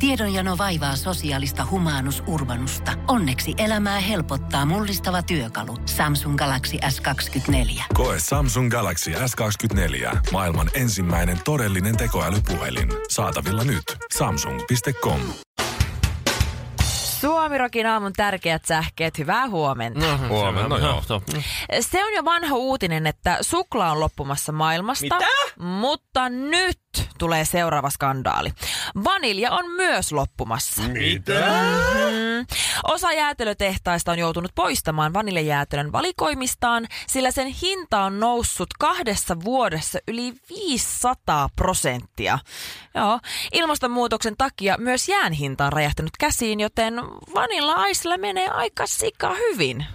Tiedonjano vaivaa sosiaalista humanus urbanusta. Onneksi elämää helpottaa mullistava työkalu. Samsung Galaxy S24. Koe Samsung Galaxy S24. Maailman ensimmäinen todellinen tekoälypuhelin. Saatavilla nyt. Samsung.com. Suomirokin aamun tärkeät sähkeet, hyvää huomenta. Huomenta, joo. Se on jo vanha uutinen, että suklaa on loppumassa maailmasta. Mitä? Mutta nyt tulee seuraava skandaali. Vanilja on myös loppumassa. Mitä? Osa jäätelötehtaista on joutunut poistamaan vaniljajäätelön valikoimistaan, sillä sen hinta on noussut 2 vuodessa yli 500%. Joo. Ilmastonmuutoksen takia myös jään hinta on räjähtänyt käsiin, joten Vanilla Icella menee aika sika hyvin.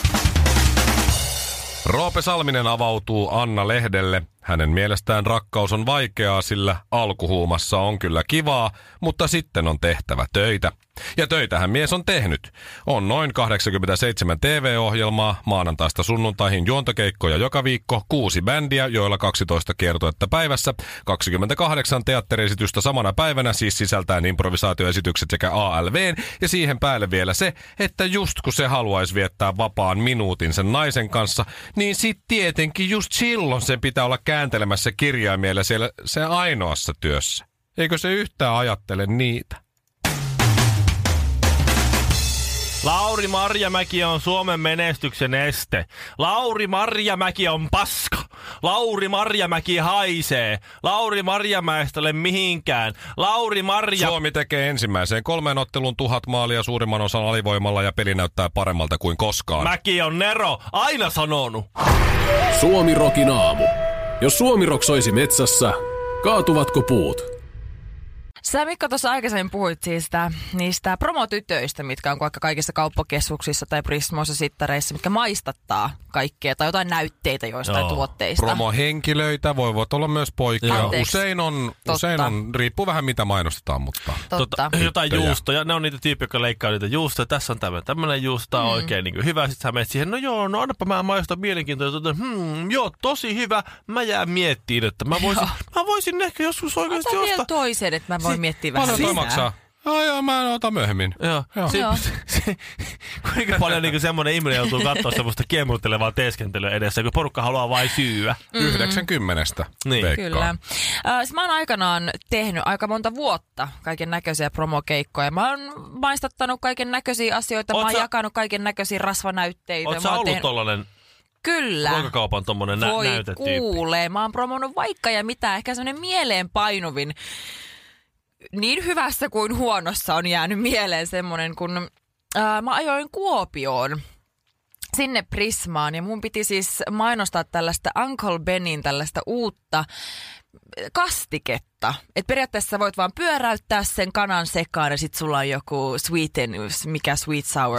Roope Salminen avautuu Anna Lehdelle. Hänen mielestään rakkaus on vaikeaa, sillä alkuhuumassa on kyllä kivaa, mutta sitten on tehtävä töitä. Ja töitähän mies on tehnyt. On noin 87 TV-ohjelmaa, maanantaista sunnuntaihin juontokeikkoja joka viikko, 6 bändiä, joilla 12 kiertuetta päivässä, 28 teatteriesitystä samana päivänä, siis sisältäen improvisaatioesitykset sekä ALVn, ja siihen päälle vielä se, että just kun se haluaisi viettää vapaan minuutin sen naisen kanssa, niin sit tietenkin just silloin sen pitää olla kääntelemässä kirjaimella siellä sen ainoassa työssä. Eikö se yhtään ajattele niitä? Lauri Marjamäki on Suomen menestyksen este. Lauri Marjamäki on paska. Lauri Marjamäki haisee. Lauri Marjamäestä ole mihinkään. Suomi tekee ensimmäiseen 3 ottelun 1000 maalia suurimman osan alivoimalla ja peli näyttää paremmalta kuin koskaan. Mäki on Nero. Aina sanonut. Suomirokin aamu. Jos Suomirok soisi metsässä, kaatuvatko puut? Sä Mikko tuossa aikaisemmin puhuit siis niistä promotytöistä, mitkä on vaikka kaikissa kauppakeskuksissa tai Prismoissa sittareissa, mitkä maistattaa kaikkea tai jotain näytteitä joistain tuotteista. Promohenkilöitä voivat olla myös poikia. Usein on, riippuu vähän mitä mainostetaan, mutta jotain juustoja. Ne on niitä tyyppiä, jotka leikkaa niitä juustoja. Tässä on tämmöinen juusto, on oikein niin kuin hyvä. Sitten sä menet siihen, no annapa mä maistan mielenkiintoista. Joo, tosi hyvä. Mä jään miettiin, että mä voisin ehkä joskus oikeasti ostaa. Vielä toisen, että mä voin miettiä vähän lisää. Paljon maksaa? Joo, mä en ota myöhemmin. Joo. Kuinka paljon niin semmoinen ihminen joutuu katsoa semmoista kiemurtelevaa teeskentelyä edessä, kun porukka haluaa vain syyä. 90. Niin. Kyllä. Mä oon aikanaan tehnyt aika monta vuotta kaiken näköisiä promokeikkoja. Mä oon maistattanut kaiken näköisiä asioita. Mä oon jakanut kaiken näköisiä rasvanäytteitä. Oot sä ollut tollanen? Kyllä. Ruokakaupan tommonen näytetyyppi. Voi kuulee. Mä oon promonut vaikka ja mitä. Ehkä semmonen mieleenpainuvin. Niin hyvässä kuin huonossa on jäänyt mieleen semmonen, kun mä ajoin Kuopioon sinne Prismaan ja mun piti siis mainostaa tällaista Uncle Benin tällaista uutta kastiketta. Et periaatteessa voit vaan pyöräyttää sen kanan sekaan ja sit sulla on joku sweet sour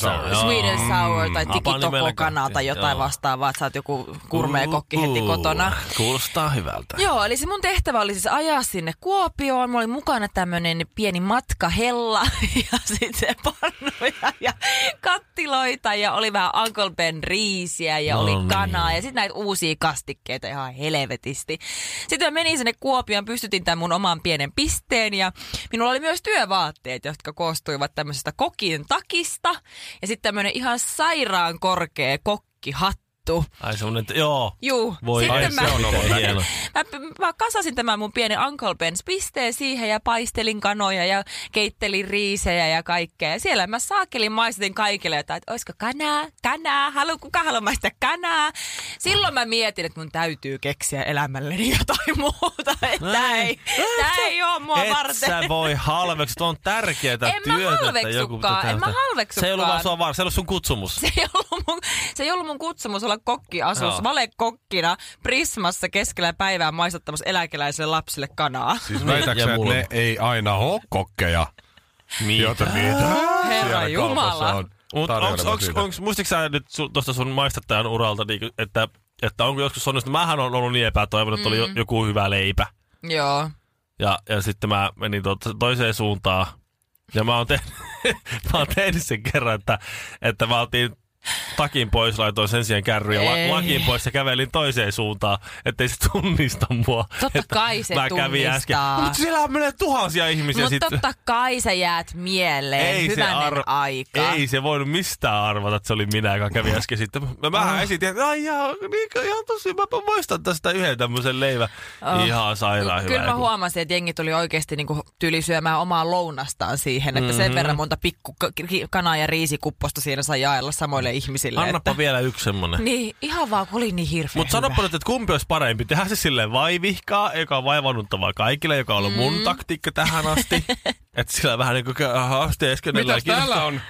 tai tikitoko-kana tai jotain vastaavaa, että sä oot joku kurmea-kokki heti kotona. Kuulostaa hyvältä. Joo, eli se mun tehtävä oli siis ajaa sinne Kuopioon. Mulla oli mukana tämmönen pieni matkahella ja sitten pannuja ja kattiloita ja oli vähän Uncle Ben riisiä ja oli kanaa ja sitten näitä uusia kastikkeita ihan helvetisti. Sitten mä menin sinne Kuopioon, pystytin tämän mun oman pienen pisteen ja minulla oli myös työvaatteet, jotka koostuivat tämmöisestä kokin takista ja sitten tämmöinen ihan sairaan korkea kokkihattu. Ai semmonen, joo. Juu. Voi, sitten se on ollut hieno. Mä kasasin tämän mun pienen Uncle Ben's pisteen siihen ja paistelin kanoja ja keittelin riisejä ja kaikkea. Ja siellä mä saakelin maistutin kaikille jotain, että olisiko kanaa, kuka haluaa maistaa kanaa. Silloin mä mietin, että mun täytyy keksiä elämälleni jotain muuta. Tää ei oo mua varten. Et sä voi halveksua, on tärkeää työtä. En mä halveksukaan. Se ei ollut vaan sua varten, se ei ollut sun kutsumus. Se ei ollut mun kutsumus olla kokkiasus valekokkina Prismassa keskellä päivää maistattamassa eläkeläiselle lapsille kanaa. Siis väitäksä, että ne ei aina ole kokkeja? Mitä? Herra Jumala. Muistitko sä nyt tuosta sun maistattajan uralta, että onko joskus onnistunut? Mähän on ollut niin epätoivonut, että oli joku hyvä leipä. Joo. Ja sitten mä menin toiseen suuntaan. Ja mä oon tehnyt sen kerran, että mä oltiin takin pois, laitoin sen sijaan kärryyn ja lakin pois ja kävelin toiseen suuntaan, ettei se tunnista mua. Totta kai se tunnistaa. Mutta siellä menee tuhansia ihmisiä. Mutta totta kai sä jäät mieleen. Hyvänen aika. Ei se voinut mistään arvata, että se oli minä, joka kävi äsken sitten. Mä vähän esitin, että ihan tosi, mä muistan tästä yhden tämmöisen leivän. Ihan sairaan hyvä. Kyllä mä huomasin, että jengi tuli oikeasti niinku tyli syömään omaa lounastaan siihen, että sen verran monta pikku kanaa ja riisikupposta siinä sai jaella samoille ihmisille. Annapa vielä yksi semmonen. Niin, ihan vaan, kun oli niin hirveä. Mutta sanoppa nyt, että kumpi olisi parempi. Tehdä se silleen vaivihkaa, joka on vaivannuttavaa kaikille, joka on ollut mun taktiikka tähän asti. Että sillä vähän niin kuin teeskennellään. Mitäs täällä on?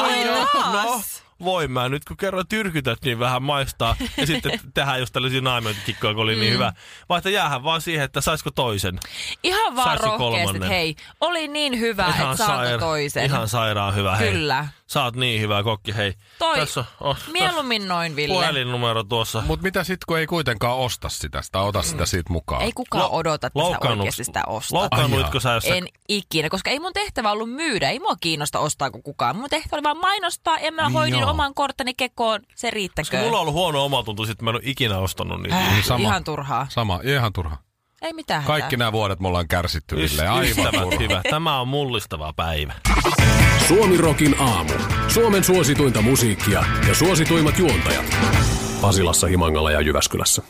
No, voin mä nyt, kun kerran tyrkytät, niin vähän maistaa. Ja sitten tehdään just tällaisia naamiointikikkoja, kun oli niin hyvä. Vaikka jäähän vaan siihen, että saisiko toisen. Ihan vaan rohkeasti, että hei, oli niin hyvä, että saako toisen. Ihan sairaan hyvä, hei. Kyllä. Sä oot niin hyvä kokki, hei. Tässä mieluummin noin, Ville. Puhelinnumero tuossa. Mut mitä sit, kun ei kuitenkaan osta sitä ota sitä siitä mukaan? Ei kukaan odota, että sä oikeasti sitä ostat. Loukkaannutko sä En ikinä, koska ei mun tehtävä ollut myydä. Ei mua kiinnosta ostaako kukaan. Mun tehtävä oli vaan mainostaa ja mä hoidin oman korttani kekoon. Se riittäköön. Koska mulla on ollut huono omatunto, sit mä en ole ikinä ostanut niitä. Ihan turhaa. Ihan turhaa. Ei mitään. Kaikki nämä vuodet me ollaan kärsitty, Ville. Aivan hyvä. Tämä on mullistava päivä. Suomi-rokin aamu. Suomen suosituinta musiikkia ja suosituimmat juontajat. Pasilassa, Himangalla ja Jyväskylässä.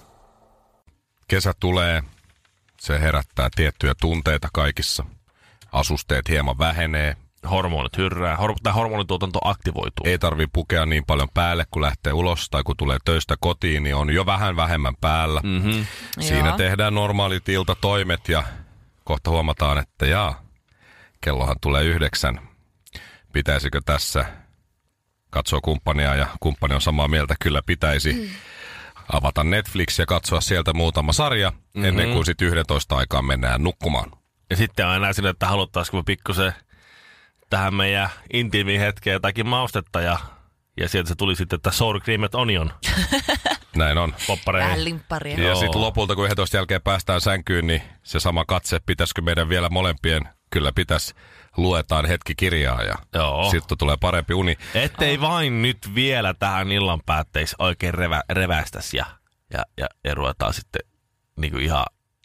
Kesä tulee. Se herättää tiettyjä tunteita kaikissa. Asusteet hieman vähenee. Hormonit hyrrää. Hormonituotanto aktivoituu. Ei tarvii pukea niin paljon päälle, kun lähtee ulos tai kun tulee töistä kotiin, niin on jo vähän vähemmän päällä. Mm-hmm. Siinä tehdään normaalit iltatoimet ja kohta huomataan, että kellohan tulee 9. Pitäisikö tässä katsoa kumppania ja kumppani on samaa mieltä, kyllä pitäisi avata Netflix ja katsoa sieltä muutama sarja ennen kuin sitten 11 aikaan mennään nukkumaan. Ja sitten on enää sinne, että haluttaisiko pikkusen tähän meidän intiimiin hetkeen jotakin maustetta ja sieltä se tuli sitten, että sour cream and onion. Näin on. Vähän limpparia. Ja sitten lopulta, kun 11 jälkeen päästään sänkyyn, niin se sama katse, pitäisikö meidän vielä molempien, kyllä pitäisi, luetaan hetki kirjaa ja sitten tulee parempi uni. Ettei vain nyt vielä tähän illan päätteiksi oikein revästäisi ja ruvetaan sitten niinku ihan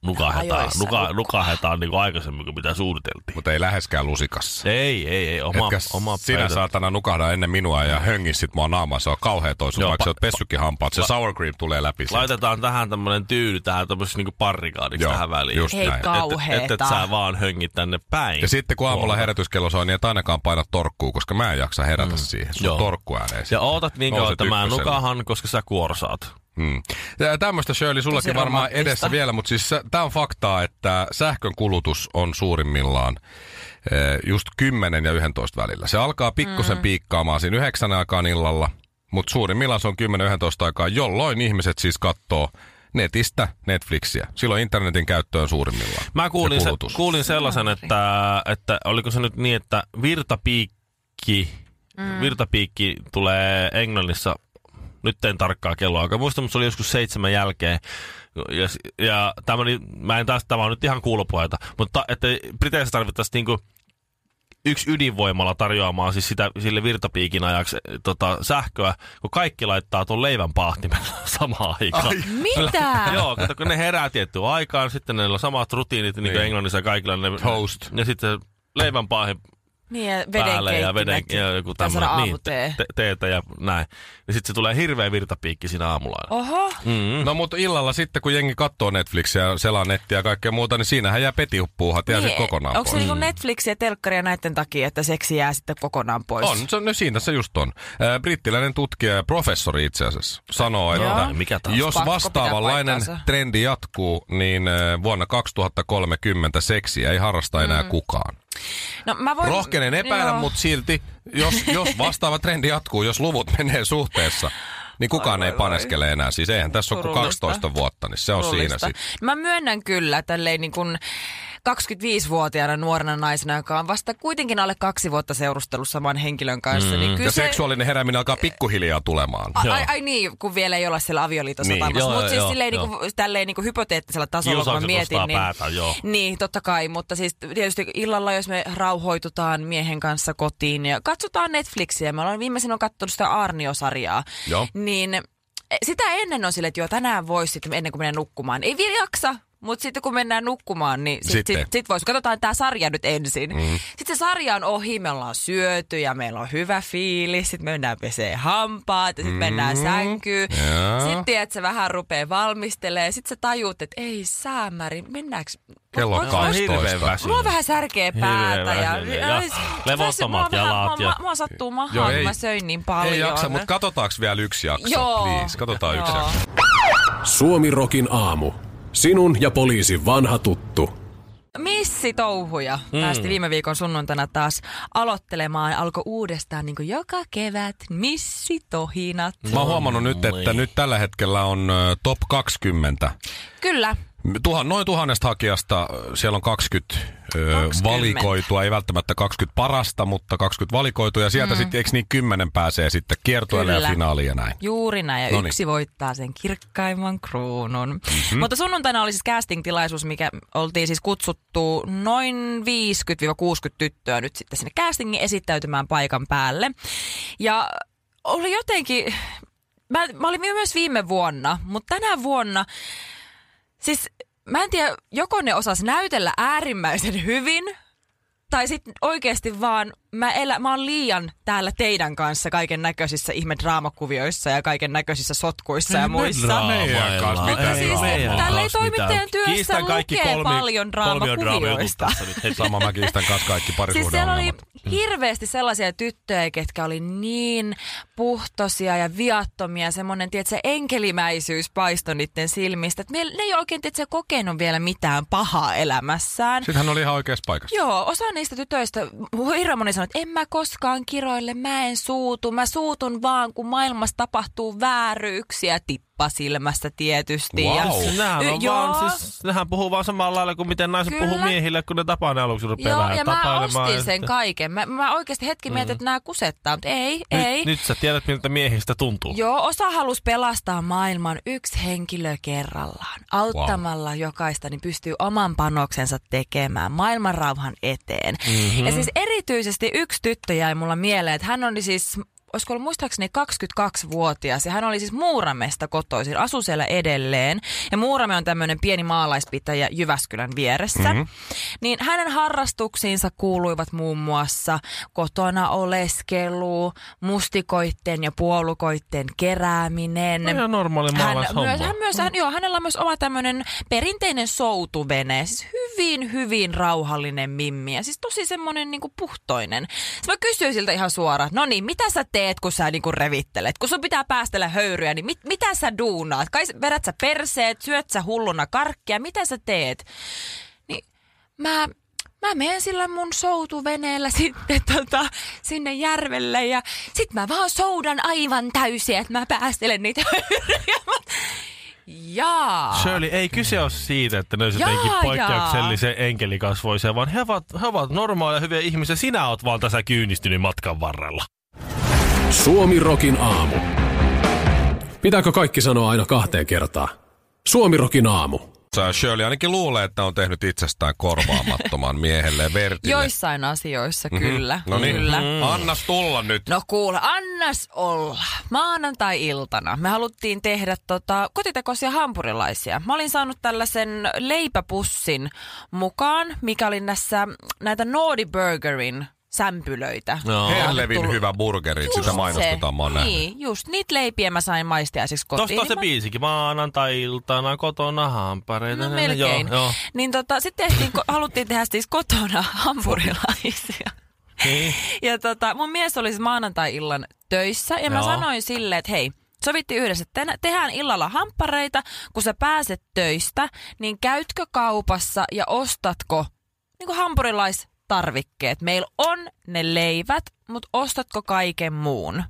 nukahetaan niin kuin aikaisemmin kuin mitä suunniteltiin. Mutta ei läheskään lusikassa. Ei. Oma sinä saatana nukahda ennen minua ja höngis mua naamaa. Se on kauhea toisuus, vaikka sä oot pessytkin hampaat. Se sour cream tulee läpi. Laitetaan tähän tämmönen tyyli, tähän tämmöisessä niinku parrikaadiksi tähän väliin. Just hei, kauheeta. Et sä vaan höngit tänne päin. Ja sitten kun aamulla herätyskello soi, niin et ainakaan paina torkkuu, koska mä en jaksa herätä siihen. Sun torkkuääneen. Ja ootat niin kauan, että mä nukahan, koska sä kuorsaat. Tämmöistä, Shirley, sullakin varmaan edessä vielä, mutta siis tämä on faktaa, että sähkön kulutus on suurimmillaan just 10 ja 11 välillä. Se alkaa pikkusen piikkaamaan siinä 9 aikaan illalla, mutta suurimmillaan se on 10-11 aikaa, jolloin ihmiset siis katsoo netistä Netflixiä. Silloin internetin käyttö on suurimmillaan. Mä kuulin sellaisen, että oliko se nyt niin, että virtapiikki tulee Englannissa. Nyt en tarkkaa kelloa. Muistan, mutta se oli joskus 7 jälkeen. Ja tämä on nyt ihan kuulopuheita. Mutta että Briteissä tarvittaisiin niinku yksi ydinvoimalla tarjoamaan siis sille virtapiikin ajaksi sähköä, kun kaikki laittaa tuon leivän paahtimella samaan aikaan. Mitä? Joo, kato, kun ne herää tiettyyn aikaan, sitten ne on samat rutiinit, niin kuin Englannissa ja kaikilla. Toast. Ja sitten leivän paahin niin, ja vedenkeittimet. Ja joku tämmöinen teetä ja näin. Ja sitten se tulee hirveä virtapiikki siinä aamulla. Oho. No mutta illalla sitten, kun jengi katsoo Netflixiä ja selaa nettiä ja kaikkea muuta, niin siinähän jää petipuuhat ja sitten kokonaan onko pois. Onko se niin Netflix ja telkkaria näiden takia, että seksi jää sitten kokonaan pois? On, siinä se just on. Brittiläinen tutkija ja professori itse asiassa sanoo, että jos vastaavanlainen trendi jatkuu, niin vuonna 2030 seksiä ei harrasta enää kukaan. No, mä voin, rohkenen epäillä, mutta silti, jos vastaava trendi jatkuu, jos luvut menee suhteessa, niin kukaan ei paneskele enää. Siis eihän tässä ole kuin 12 vuotta, niin se on siinä sitten. Mä myönnän kyllä, tälleen niin kuin 25-vuotiaana nuorena naisena, joka on vasta kuitenkin alle 2 vuotta seurustellut saman henkilön kanssa. Niin kyllä ja seksuaalinen herääminen alkaa pikkuhiljaa tulemaan. Ai niin, kun vielä ei olla siellä avioliitossa tammassa. Mutta siis silleen tälleen niinku hypoteettisella tasolla, kun mä mietin. Niin, päätä, niin, totta kai. Mutta siis tietysti illalla, jos me rauhoitutaan miehen kanssa kotiin ja katsotaan Netflixiä. Viimeisin on katsonut sitä Arnio-sarjaa. Niin sitä ennen on silleen, että tänään voisi sitten ennen kuin mennään nukkumaan. Ei vielä jaksa. Mutta sitten kun mennään nukkumaan, niin sit voisi. Katsotaan tämä sarja nyt ensin. Sitten se sarja on ohi, me ollaan syöty ja meillä on hyvä fiilis. Sitten me mennään pesee hampaat ja sitten mennään sänkyyn. Sitten tiedät, se vähän rupeaa valmistelemaan. Sitten sä tajuut, että ei säämäri, mennäänkö? Kello on 12. Mulla on vähän särkeä päätä. Ja levottomat jalat. Mua sattuu mahaan, kun mä söin niin paljon. Ei jaksa, mutta katsotaanko vielä yksi jakso? Please, katsotaan yksi jakso. Suomi Rokin aamu. Sinun ja poliisin vanha tuttu. Missitouhuja. Päästi viime viikon sunnuntaina taas aloittelemaan. Alkoi uudestaan niin kuin joka kevät missitohinat. Mä oon huomannut nyt, että nyt tällä hetkellä on top 20. Kyllä. Noin 1000 hakijasta siellä on 20 valikoitua, ei välttämättä 20 parasta, mutta 20 valikoitua. Ja sieltä sitten, eikö niin 10 pääsee sitten kiertueelle ja finaaliin ja näin? Juuri näin, ja yksi voittaa sen kirkkaimman kruunun. Mutta sunnuntaina oli siis casting-tilaisuus, mikä oltiin siis kutsuttu noin 50-60 tyttöä nyt sitten sinne castingin esittäytymään paikan päälle. Ja oli jotenkin, mä olin myös viime vuonna, mutta tänä vuonna siis mä en tiedä, joko ne osas näytellä äärimmäisen hyvin, tai sitten oikeasti vaan mä oon liian täällä teidän kanssa kaiken näköisissä ihme draamakuvioissa ja kaiken näköisissä sotkuissa ja muissa. Mutta siis täällä ei toimittajan työssä lukee paljon draamakuvioista. Sama mä kiistän kanssa kaikki parisuhdeongelmat. Siis siellä oli hirveästi sellaisia tyttöjä, ketkä oli niin puhtoisia ja viattomia. Semmoinen, se enkelimäisyys paistoi niiden silmistä. Että ne ei oikein kokenut vielä mitään pahaa elämässään. Sitten hän oli ihan oikeassa paikassa. Joo, osa niistä tytöistä, hirveän moni sanoi, että en mä koskaan kiroille, mä en suutu. Mä suutun vaan, kun maailmassa tapahtuu vääryyksiä, silmästä tietysti. Wow. Nehän puhuu vaan samalla lailla kuin miten naiset puhuu miehille, kun ne tapaa ne aluksi rupeaa vähän tapailemaan. Mä ostin sen kaiken. Mä oikeasti hetki mietin, että nämä kusettaa, mutta ei. Nyt sä tiedät, miltä miehistä tuntuu. Joo, osa halusi pelastaa maailman yksi henkilö kerrallaan. Auttamalla jokaista, niin pystyy oman panoksensa tekemään maailman rauhan eteen. Ja siis erityisesti yksi tyttö jäi mulla mieleen, että hän oli siis olisiko ollut muistaakseni 22-vuotias ja hän oli siis Muuramesta kotoisin, asui siellä edelleen. Ja Muurame on tämmöinen pieni maalaispitäjä Jyväskylän vieressä. Niin hänen harrastuksiinsa kuuluivat muun muassa kotona oleskelu, mustikoitten ja puolukoitten kerääminen. Ihan normaali maalaishomma. Hänellä on myös oma tämmöinen perinteinen soutuvene, siis hyvin rauhallinen mimmi ja siis tosi semmoinen niinku puhtoinen. Sitten mä kysyin siltä ihan suoraan, no niin, mitä sä teet, kun sä niinku revittelet? Kun sun pitää päästellä höyryä, niin mitä sä duunaat? Kai vedät sä perseet, syöt sä hulluna karkkia, mitä sä teet? Niin mä menen sillä mun soutuveneellä sitten sinne järvelle ja sit mä vaan soudan aivan täysiä, että mä päästelen niitä höyryjä. Jaa. Shirley, ei kyse ole siitä, että ne olisi jotenkin poikkeuksellisen enkelikasvoisia, vaan he ovat normaaleja hyviä ihmisiä. Sinä oot vaan tässä kyynistynyt matkan varrella. Suomi Rokin aamu. Pitääkö kaikki sanoa aina 2 kertaa? Suomi Rokin aamu. Shirley ainakin luulee, että on tehnyt itsestään korvaamattoman miehelle Vertille. Joissain asioissa kyllä. No niin, annas tulla nyt. No kuule, annas olla. Maanantai-iltana me haluttiin tehdä kotitekoisia hampurilaisia. Mä olin saanut tällaisen leipäpussin mukaan, mikä oli näitä Naughty Burgerin sämpylöitä. No. Hellevin hyvä burgeri, sitä mainostetaan, mä oon nähnyt. Niin, just niitä leipiä mä sain maistiaisiksi kotiin. Tosta on se biisikin, maanantai-iltana kotona hampareita. No melkein. Joo. Niin sitten haluttiin tehdä siis kotona hampurilaisia. Ja mun mies oli siis maanantai-illan töissä ja mä sanoin silleen, että hei, sovittiin yhdessä, että tehdään illalla hamppareita, kun sä pääset töistä, niin käytkö kaupassa ja ostatko niin hampurilaistarvikkeet? Meillä on ne leivät, mutta ostatko kaiken muun?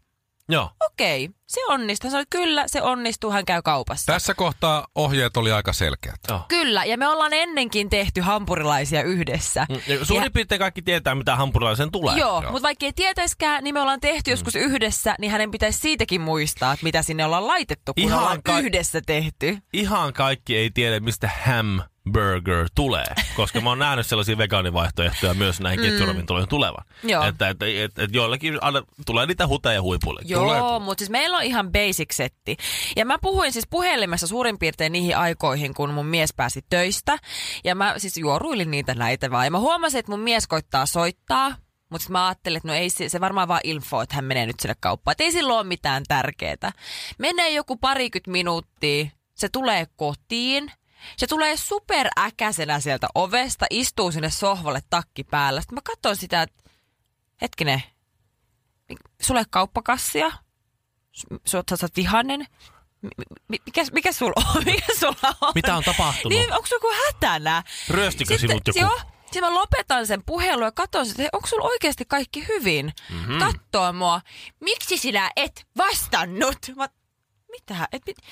Joo. Okei, se onnistuu. Hän sanoi, kyllä, se onnistuu, hän käy kaupassa. Tässä kohtaa ohjeet oli aika selkeät. Kyllä, ja me ollaan ennenkin tehty hampurilaisia yhdessä. Suurin piirtein kaikki tietää, mitä hampurilaisen tulee. Joo. Mutta vaikka ei tietäiskään, niin me ollaan tehty joskus yhdessä, niin hänen pitäisi siitäkin muistaa, että mitä sinne ollaan laitettu, kun ollaan yhdessä tehty. Ihan kaikki ei tiedä, mistä hamburger tulee, koska mä oon nähnyt sellaisia vegaanivaihtoehtoja myös näihin ketjuravintoloihin tulevan. Että joillakin tulee niitä huteja huipuille. Joo, mutta siis meillä on ihan basic-setti. Ja mä puhuin siis puhelimessa suurin piirtein niihin aikoihin, kun mun mies pääsi töistä. Ja mä siis juoruilin näitä vaan. Ja mä huomasin, että mun mies koittaa soittaa. Mutta mä ajattelin, että no ei se varmaan vaan info, että hän menee nyt sinne kauppaan. Että ei sillä ole mitään tärkeää. Menee joku 20 minuuttia, se tulee kotiin. Se tulee superäkäisenä sieltä ovesta, istuu sinne sohvalle takki päällä. Sitten mä katson sitä, että hetkinen, sulla ei kauppakassia, sä oot vihainen. Mikä sulla on? Mitä on tapahtunut? Niin, onko sulla joku hätänä? Ryöstikö sinut joku? Joo. Sitten mä lopetan sen puhelun ja katson, että onko sulla oikeasti kaikki hyvin? Kattoo mua. Miksi sinä et vastannut? Mitä?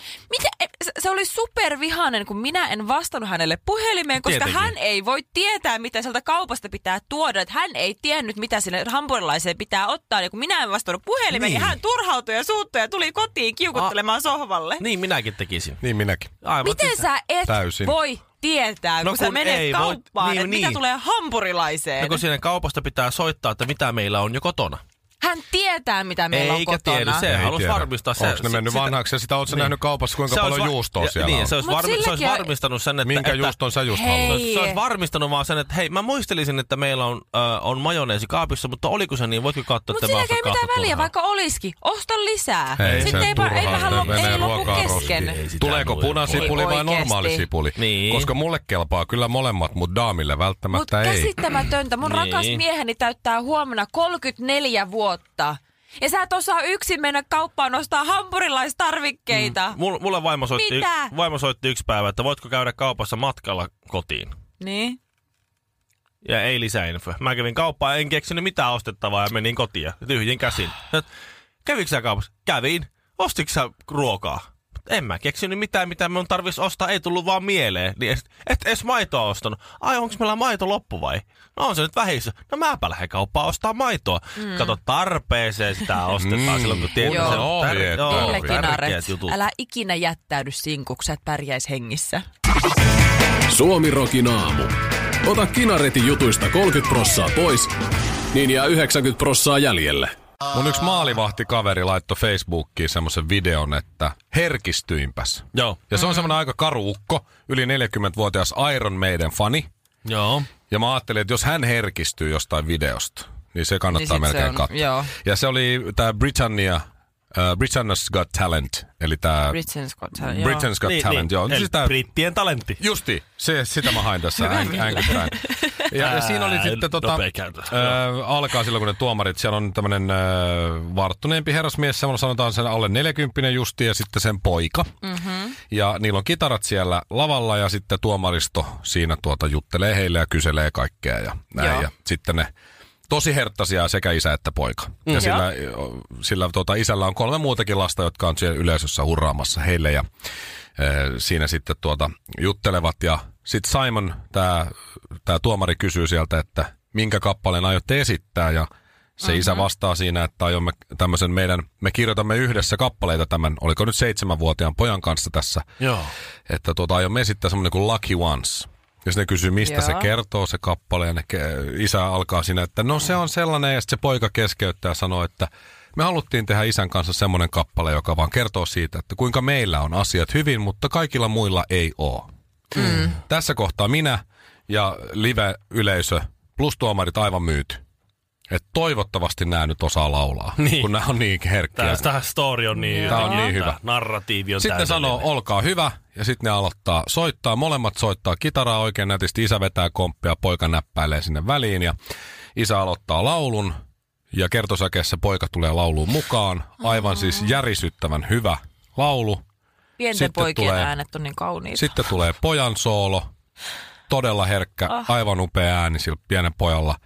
Se oli supervihainen, kun minä en vastannut hänelle puhelimeen, koska Tietenkin. hän ei voi tietää, mitä sieltä kaupasta pitää tuoda. Että hän ei tiennyt, mitä sinne hampurilaiseen pitää ottaa. Ja kun minä en vastannut puhelimeen, niin hän turhautui ja suuttui ja tuli kotiin kiukuttelemaan sohvalle. Niin minäkin tekisin. Niin minäkin. Aivan, miten sä et täysin voi tietää, kun sä menet kauppaan, että mitä tulee hampurilaiseen? No kun siinä kaupasta pitää soittaa, että mitä meillä on jo kotona. Hän tietää, mitä meillä on kotona. Eikä tiedä, se halusi varmistaa. Onko ne mennyt vanhaksi ja sitä ootko nähnyt kaupassa, kuinka paljon juustoa siellä on? Niin, se olisi varmistanut sen, että... Minkä juuston sä just haluat? Se olisi varmistanut vaan sen, että hei, mä muistelisin, että meillä on majoneesi kaapissa, mutta oliko se niin? Voitko katsoa, että mä ostan kahta? Mutta sillä ei mitään väliä, vaikka olisikin. Osta lisää. Hei, sitten ei lopu kesken. Tuleeko punasipuli vai normaali sipuli? Niin. Koska mulle kelpaa kyllä molemmat, mutta daamille välttämättä ei. Mutta käsittämätöntä. Mun rakas mieheni täyttää huomenna 34 vuotta. Ja sä et osaa yksin mennä kauppaan ostaa hampurilaistarvikkeita. Mulle vaimo soitti yksi päivä, että voitko käydä kaupassa matkalla kotiin. Niin. Ja ei lisäinfoja. Mä kävin kauppaan, en keksinyt mitään ostettavaa ja menin kotiin. Tyhjin käsin. Kävikö sä kaupassa? Kävin. Ostitko sä ruokaa? En mä keksinyt mitään, mitä minun tarvitsisi ostaa. Ei tullut vaan mieleen. Niin et edes maitoa ostanut. Ai, onko meillä maito loppu vai? No on se nyt vähissä. No mäpä lähden kauppaan ostaa maitoa. Kato, tarpeeseen sitä ostetaan silloin, kun tiedät. Tärkeät jutut. Älä ikinä jättäydy sinkuksi, sä et pärjäis hengissä. Suomi-rokin aamu. Ota Kinaretin jutuista 30% pois, niin jää 90% jäljelle. Mun yksi maalivahtikaveri laittoi Facebookiin semmoisen videon, että herkistyinpäs. Joo. Ja se on semmoinen aika karuukko, yli 40-vuotias Iron Maiden fani. Joo. Ja mä ajattelin, että jos hän herkistyy jostain videosta, niin se kannattaa niin melkein katsoa. Joo. Ja se oli tää Britannia's Got Talent, eli tää... Britain's Got Talent, joo. Eli siis brittien talentti. Justi, sitä mä hain tässä änkyttäin. Ja siinä oli sitten alkaa silloin, kun ne tuomarit, siellä on tämmönen varttuneempi herrasmies, semmoinen sanotaan sen alle 40 justi ja sitten sen poika. Mm-hmm. Ja niillä on kitarat siellä lavalla ja sitten tuomaristo siinä juttelee heille ja kyselee kaikkea ja näin. Joo. Ja sitten ne tosi herttaisia sekä isä että poika. Ja sillä isällä on 3 muutakin lasta, jotka on siellä yleisössä hurraamassa heille ja siinä sitten juttelevat ja sitten Simon, tää tuomari kysyy sieltä, että minkä kappaleen aiotte esittää ja se isä vastaa siinä, että aiomme tämmöisen me kirjoitamme yhdessä kappaleita tämän, oliko nyt 7-vuotiaan pojan kanssa tässä, että aiomme esittää semmoinen kuin Lucky Ones. Ja ne kysyy, mistä se kertoo se kappale ja isä alkaa siinä, että no se on sellainen ja sitten se poika keskeyttää ja sanoo, että me haluttiin tehdä isän kanssa semmoinen kappale, joka vaan kertoo siitä, että kuinka meillä on asiat hyvin, mutta kaikilla muilla ei ole. Tässä kohtaa minä ja live-yleisö plus tuomarit aivan myyty. Että toivottavasti nämä nyt osaa laulaa, kun nämä on niin herkkiä. Tämä story on niin, tämä on niin hyvä. Narratiivi on sitten ne sanoo, olkaa hyvä, ja sitten ne aloittaa soittaa. Molemmat soittaa kitaraa oikein nätisti. Isä vetää komppia, poika näppäilee sinne väliin, ja isä aloittaa laulun. Ja kertosäkeessä poika tulee lauluun mukaan. Aivan siis järisyttävän hyvä laulu. Pienten poikien äänet on niin kauniita. Sitten tulee pojan soolo. Todella herkkä, aivan upea ääni sillä pienen pojalla.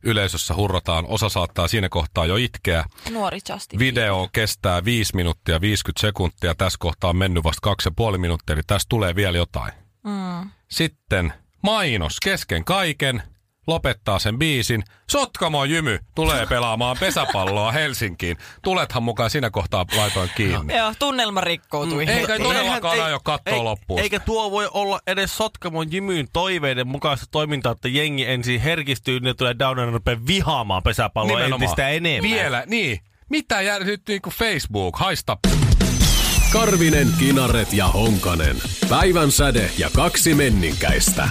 Yleisössä hurrataan, osa saattaa siinä kohtaa jo itkeä. Nuori Justin. Video kestää 5 minuuttia 50 sekuntia. Tässä kohtaa on mennyt vasta 2,5 minuuttia, eli tässä tulee vielä jotain. Sitten mainos kesken kaiken. Lopettaa sen biisin. Sotkamo Jymy tulee pelaamaan pesäpalloa Helsinkiin. Tulethan mukaan siinä kohtaa laitoin kiinni. Joo, tunnelma rikkoutui. Eikä todellakaan aio katsoa loppuun. Eikä tuo voi olla edes Sotkamon Jymyn toiveiden mukaista toimintaa, että jengi ensin herkistyy, niin tulee down ja rupeaa vihaamaan pesäpalloa entistä enemmän. Vielä, niin. Mitä jää nyt niinku Facebook? Haista. Karvinen, Kinaret ja Honkanen. Päivän säde ja 2 menninkäistä.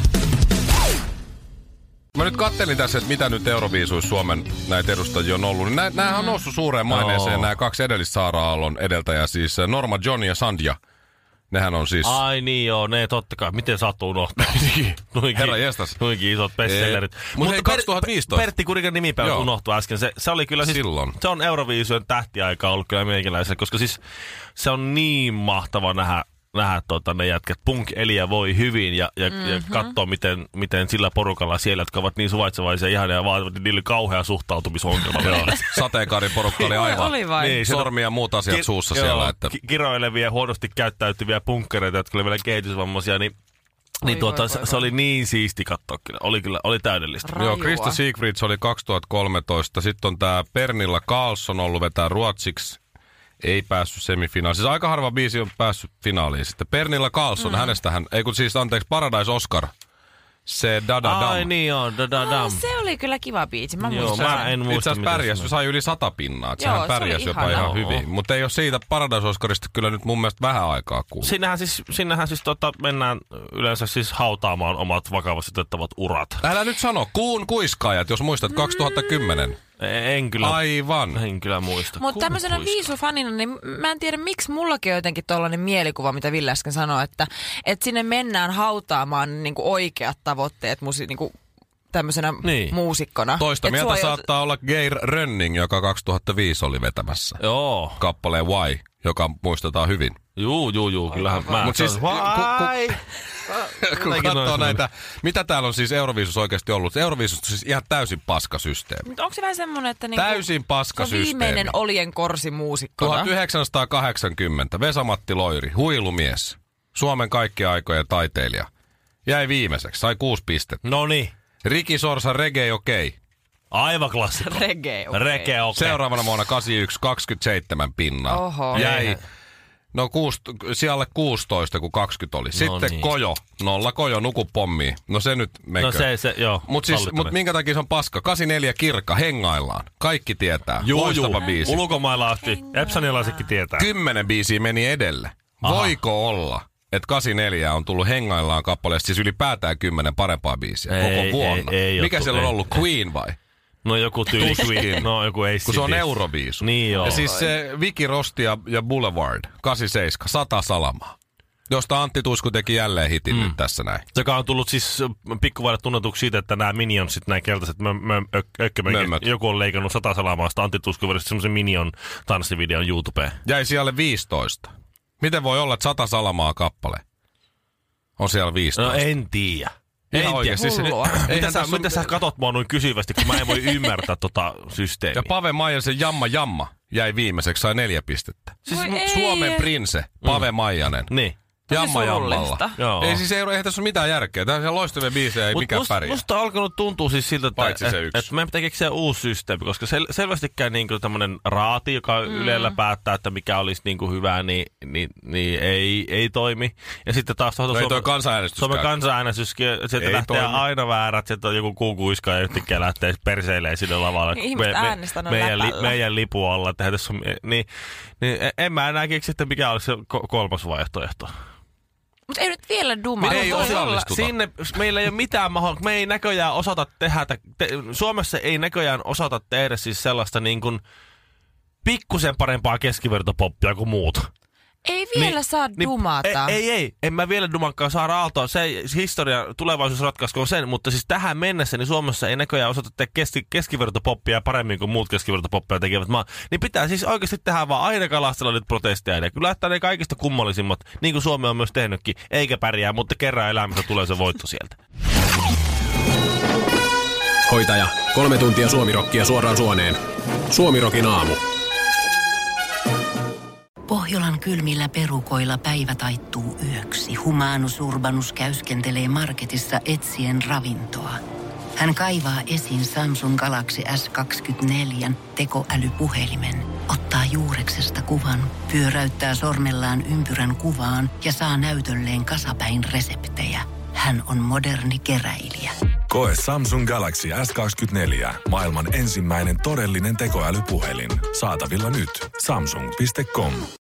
Mä nyt kattelin tässä, että mitä nyt Euroviisuissa Suomen näitä edustajia on ollut. Nämähän on noussut suureen maineeseen, nämä 2 edellistä Saara-Aallon edeltäjää, siis Norma Johnny ja Sandhya. Nehän on siis... Ai niin joo, ne totta kai. Miten sattuu unohtaa? Herra jestas. Nuinkin isot bestsellerit. Mutta 2015. Pertti Kurikan nimipäivä unohtui äsken. Se oli kyllä siis... Silloin. Se on Euroviisujen tähtiaika ollut kyllä meikäläisellä, koska siis se on niin mahtava nähdä ne jätkät. Punk Eliä voi hyvin ja katsoo, miten sillä porukalla siellä, jotka ovat niin suvaitsevaisia ihania ja vaativat, niin niille kauhea suhtautumisongelma. Sateenkaariporukka oli aivan niin, sormia ja muut asiat suussa siellä. Että... Kiroilevia, huonosti käyttäytyviä punkkereita, jotka oli vielä kehitysvammaisia, niin se oli niin siisti katsoa kyllä. Oli täydellistä. Joo, Krista Siegfrids oli 2013. Sitten on tää Pernilla Karlsson ollut vetää ruotsiksi. Ei päässyt semifinaaliin. Siis aika harva biisi on päässyt finaaliin. Sitten Pernilla Karlsson, hänestähän, Paradise Oscar. Se Dadadam. Ai niin on, Dadadam. Se oli kyllä kiva biisi, mä muistan. Mä en muista. Itse asiassa pärjäs, sai yli 100 pinnaa. Sehän pärjäs jopa ihan hyvin. Mutta ei ole siitä Paradise Oscarista kyllä nyt mun mielestä vähän aikaa kuullut. Sinnehän siis mennään yleensä siis hautaamaan omat vakavasti otettavat urat. Älä nyt sano, kuun kuiskaajat, jos muistat 2010. En kyllä. Aivan. En kyllä muista. Mutta tämmöisenä viisufanina, niin mä en tiedä, miksi mullakin on jotenkin tollainen mielikuva, mitä Ville äsken sanoi, että sinne mennään hautaamaan niin kuin oikeat tavoitteet niin kuin tämmöisenä muusikkona. Toista mieltä saattaa olla Geir Rönning, joka 2005 oli vetämässä. Joo. Kappaleen Why, joka muistetaan hyvin. Juu, kyllähän mä. Mut siis, kun katsoo näitä, mitä täällä on siis Euroviisussa oikeasti ollut? Euroviisussa siis ihan täysin paskasysteemi. Mutta onko se vähän semmoinen, että niinku, täysin paskasysteemi. Se on viimeinen oljenkorsi muusikkona? 1980, Vesa-Matti Loiri, huilumies, Suomen kaikkien aikojen taiteilija. Jäi viimeiseksi, sai 6 pistettä. Noniin. Riki Sorsa, Reggae Okei. Aivan klassikko. Reggae Okei. Seuraavana vuonna 81, 27 pinnaa. Oho. Jäi... No siellä 16, kun 20 oli. Sitten niin. Kojo. 0 Kojo, nuku pommiin. No se nyt mekö. No se joo. Mut minkä takia se on paska? 84 Kirkka, hengaillaan. Kaikki tietää. Loistava biisi. Ulkomailla asti. Epsanilaisetkin tietää. 10 biisiä meni edelle. Aha. Voiko olla, että 84 on tullut hengaillaan kappaleesta, siis ylipäätään 10 parempaa biisiä koko vuonna? Mikä siellä on ollut? Queen vai? No joku tyyli. No joku ACDC. Kun se on Euroviisu. Niin joo. Ja siis se Vicky Rosti ja Boulevard, 87, 100 salamaa. Josta Antti Tuisku teki jälleen hitin nyt tässä näin. Joka on tullut siis pikkuvaille tunnetuksi siitä, että nämä Minionsit, nämä keltaiset joku on leikannut 100 salamaa, sitä Antti Tuisku verrasi semmoisen Minion tanssivideon YouTubeen. Jäi siellä 15. Miten voi olla, että 100 salamaa kappale on siellä 15? No en tiedä. Ihan oikeasti. Mitä sä katot mua noin kysyvästi, kun mä en voi ymmärtää tota systeemiä. Ja Pave Maijasen Jamma jäi viimeiseksi, sai 4 pistettä. Siis Suomen prinse, Pave Maijanen. Niin. Jammalla. Ei siis ei tässä ole mitään järkeä. Tämä on loistavia biisejä, ei mikään pärjää. Musta on alkanut tuntua siis siltä, että meidän pitää keksiä uusi systeemi, koska selvästikään niin tämmöinen raati, joka Ylellä päättää, että mikä olisi niin kuin hyvää, niin ei toimi. Ja sitten taas Suomen kansanäänestyskin, sieltä ei lähtee toimi. Aina väärät, sieltä on joku kuukuiska ja yhtäkkiä lähtee perseilemään sinne lavalle. Meidän lipu alla. Että tässä on, niin en mä enää keksi, että mikä olisi se 3. vaihtoehto. Mutta ei nyt vielä dumata. Ei osallistuta. Sinne meillä ei ole mitään mahdollista. Me ei näköjään osata tehdä, Suomessa ei näköjään osata tehdä siis sellaista niin kuin pikkusen parempaa keskivertopoppia kuin muut. Ei vielä saa dumata. Ei. En mä vielä dumankaan saa aaltoa. Se historia, tulevaisuus ratkaiskoon sen, mutta siis tähän mennessä niin Suomessa ei näköjään osata tehdä keskivertopoppia paremmin kuin muut keskivertopoppia tekevät maa. Niin pitää siis oikeasti tehdä vaan aina kalastella nyt protesteja. Ja kyllä että ne kaikista kummallisimmat, niin kuin Suomi on myös tehnytkin, eikä pärjää, mutta kerran elämässä tulee se voitto sieltä. Hoitaja, 3 tuntia suomirokkia suoraan suoneen. Suomirokin aamu. Pohjolan kylmillä perukoilla päivä taittuu yöksi. Humanus Urbanus käyskentelee marketissa etsien ravintoa. Hän kaivaa esiin Samsung Galaxy S24 tekoälypuhelimen, ottaa juureksesta kuvan, pyöräyttää sormellaan ympyrän kuvaan ja saa näytölleen kasapäin reseptejä. Hän on moderni keräilijä. Koe Samsung Galaxy S24. Maailman ensimmäinen todellinen tekoälypuhelin. Saatavilla nyt. Samsung.com.